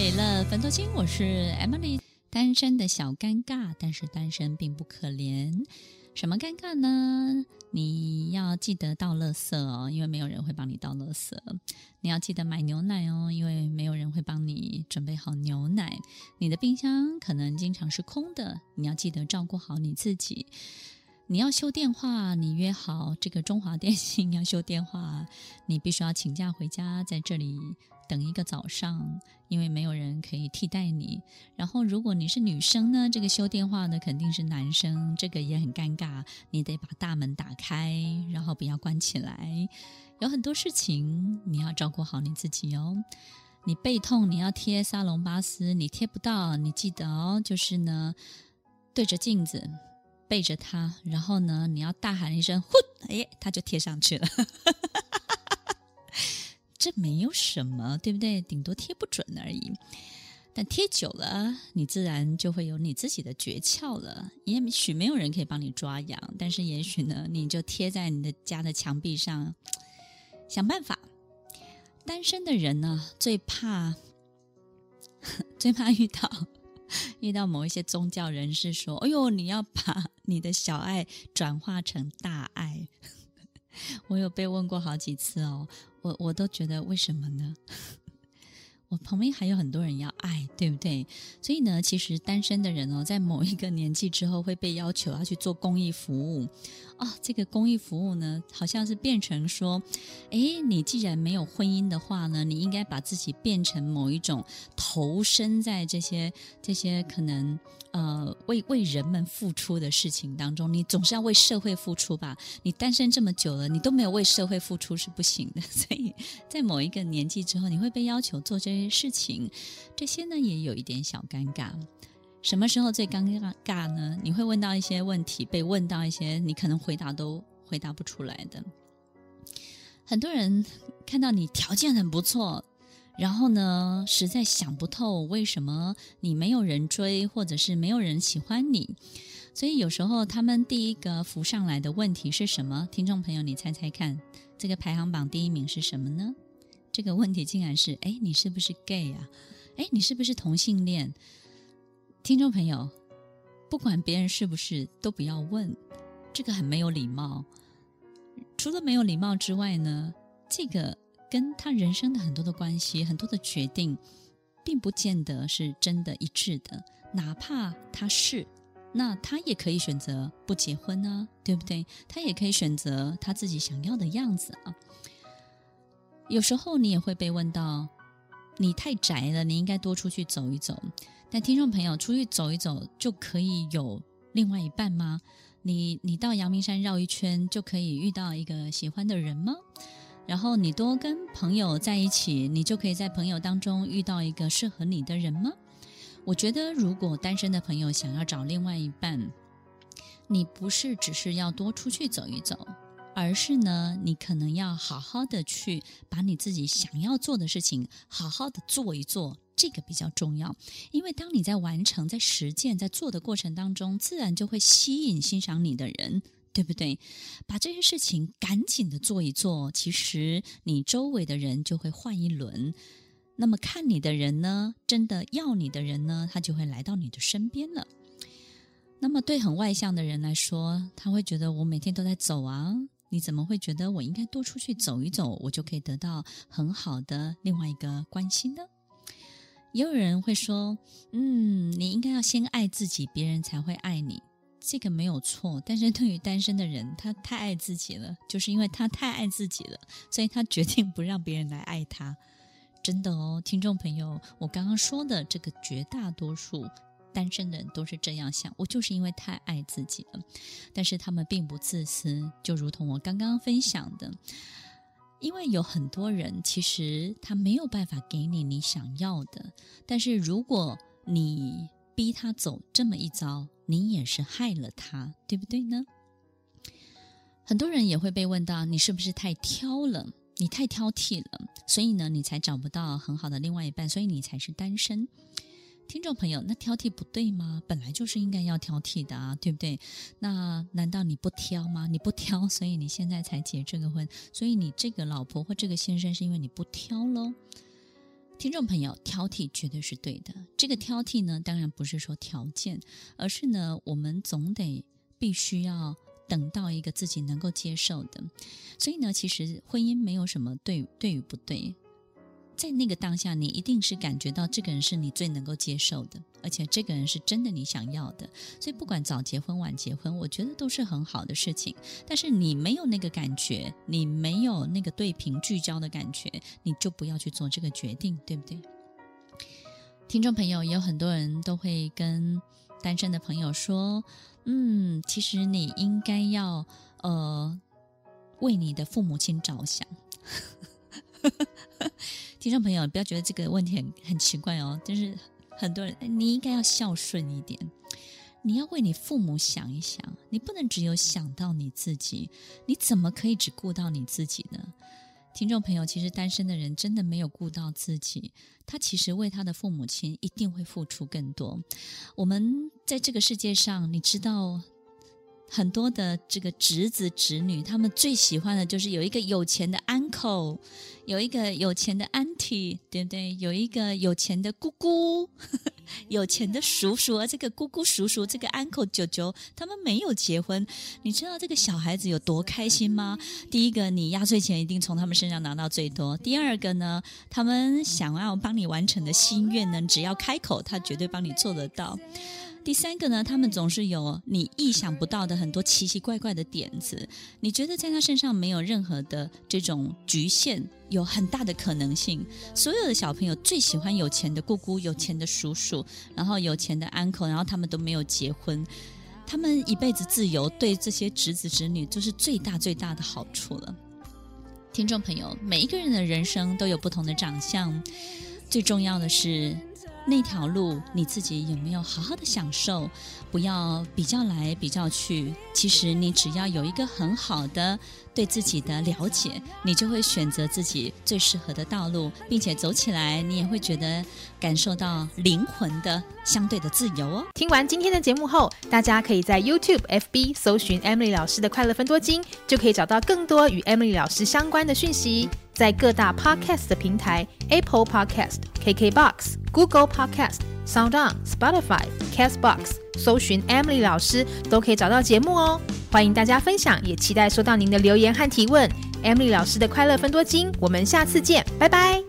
回了分多金，我是 Emily。单身的小尴尬，但是单身并不可怜。什么尴尬呢？你要记得倒垃圾哦，因为没有人会帮你倒垃圾。你要记得买牛奶哦，因为没有人会帮你准备好牛奶。你的冰箱可能经常是空的，你要记得照顾好你自己。你要修电话，你约好这个中华电信要修电话，你必须要请假回家，在这里等一个早上，因为没有人可以替代你。然后如果你是女生呢，这个修电话的肯定是男生，这个也很尴尬，你得把大门打开，然后不要关起来。有很多事情你要照顾好你自己哦。你背痛你要贴沙龙巴斯，你贴不到，你记得哦，就是呢对着镜子背着它，然后呢你要大喊一声呼，它就贴上去了这没有什么，对不对？顶多贴不准而已。但贴久了，你自然就会有你自己的诀窍了。也许没有人可以帮你抓痒，但是也许呢，你就贴在你的家的墙壁上，想办法。单身的人呢，最怕遇到某一些宗教人士说：“哎呦，你要把你的小爱转化成大爱。”我有被问过好几次哦，我都觉得为什么呢？我旁边还有很多人要爱，对不对？所以呢，其实单身的人哦，在某一个年纪之后会被要求要去做公益服务这个公益服务呢，好像是变成说，你既然没有婚姻的话呢，你应该把自己变成某一种投身在这些可能为人们付出的事情当中，你总是要为社会付出吧？你单身这么久了，你都没有为社会付出是不行的。所以在某一个年纪之后，你会被要求做这些事情，这些呢也有一点小尴尬。什么时候最尴尬呢？你会问到一些问题，被问到一些你可能回答都回答不出来的。很多人看到你条件很不错，然后呢实在想不透为什么你没有人追，或者是没有人喜欢你。所以有时候他们第一个浮上来的问题是什么？听众朋友你猜猜看，这个排行榜第一名是什么呢？这个问题竟然是你是不是 gay 啊？你是不是同性恋？听众朋友，不管别人是不是都不要问，这个很没有礼貌。除了没有礼貌之外呢，这个跟他人生的很多的关系，很多的决定并不见得是真的一致的。哪怕他是，那他也可以选择不结婚啊，对不对？他也可以选择他自己想要的样子啊。有时候你也会被问到，你太宅了，你应该多出去走一走。但听众朋友，出去走一走就可以有另外一半吗？你到阳明山绕一圈就可以遇到一个喜欢的人吗？然后你多跟朋友在一起，你就可以在朋友当中遇到一个适合你的人吗？我觉得如果单身的朋友想要找另外一半，你不是只是要多出去走一走，而是呢，你可能要好好的去把你自己想要做的事情好好的做一做，这个比较重要。因为当你在完成、在实践、在做的过程当中，自然就会吸引欣赏你的人，对不对？把这些事情赶紧的做一做，其实你周围的人就会换一轮。那么看你的人呢，真的要你的人呢，他就会来到你的身边了。那么对很外向的人来说，他会觉得我每天都在走啊，你怎么会觉得我应该多出去走一走，我就可以得到很好的另外一个关心呢？也有人会说，你应该要先爱自己，别人才会爱你。这个没有错，但是对于单身的人，他太爱自己了，就是因为他太爱自己了，所以他决定不让别人来爱他。真的哦，听众朋友，我刚刚说的这个绝大多数单身的人都是这样想，我就是因为太爱自己了。但是他们并不自私，就如同我刚刚分享的，因为有很多人其实他没有办法给你你想要的，但是如果你逼他走这么一遭，你也是害了他，对不对呢？很多人也会被问到，你是不是太挑了？你太挑剔了，所以呢你才找不到很好的另外一半，所以你才是单身。听众朋友，那挑剔不对吗？本来就是应该要挑剔的啊，对不对？那难道你不挑吗？你不挑，所以你现在才结这个婚，所以你这个老婆或这个先生是因为你不挑咯。 听众朋友，挑剔绝对是对的。这个挑剔呢，当然不是说条件，而是呢，我们总得必须要等到一个自己能够接受的。所以呢，其实婚姻没有什么对与不对，在那个当下，你一定是感觉到这个人是你最能够接受的，而且这个人是真的你想要的。所以不管早结婚晚结婚，我觉得都是很好的事情。但是你没有那个感觉，你没有那个对屏聚焦的感觉，你就不要去做这个决定，对不对？听众朋友，也有很多人都会跟单身的朋友说，其实你应该要为你的父母亲着想。听众朋友，不要觉得这个问题很奇怪哦，就是很多人，你应该要孝顺一点，你要为你父母想一想，你不能只有想到你自己，你怎么可以只顾到你自己呢？听众朋友，其实单身的人真的没有顾到自己，他其实为他的父母亲一定会付出更多。我们在这个世界上，你知道很多的这个侄子侄女，他们最喜欢的就是有一个有钱的 uncle， 有一个有钱的 auntie， 对不对？有一个有钱的姑姑，有钱的叔叔，而这个姑姑叔叔，这个 uncle 舅舅，他们没有结婚，你知道这个小孩子有多开心吗？第一个，你压岁钱一定从他们身上拿到最多；第二个呢，他们想要帮你完成的心愿呢，只要开口，他绝对帮你做得到。第三个呢，他们总是有你意想不到的很多奇奇怪怪的点子，你觉得在他身上没有任何的这种局限，有很大的可能性。所有的小朋友最喜欢有钱的姑姑，有钱的叔叔，然后有钱的 uncle， 然后他们都没有结婚，他们一辈子自由，对这些侄子侄女就是最大最大的好处了。听众朋友，每一个人的人生都有不同的长相，最重要的是那条路你自己有没有好好的享受，不要比较来比较去。其实你只要有一个很好的对自己的了解，你就会选择自己最适合的道路，并且走起来你也会觉得感受到灵魂的相对的自由哦。 听完今天的节目后，大家可以在 YouTube、FB 搜寻 Emily 老师的快乐分多金，就可以找到更多与 Emily 老师相关的讯息。在各大 Podcast 的平台 Apple Podcast、KKBOX、Google Podcast、SoundOn、Spotify、Castbox 搜寻 Emily 老师都可以找到节目哦。欢迎大家分享，也期待收到您的留言和提问。Emily 老师的快乐分多金，我们下次见，拜拜。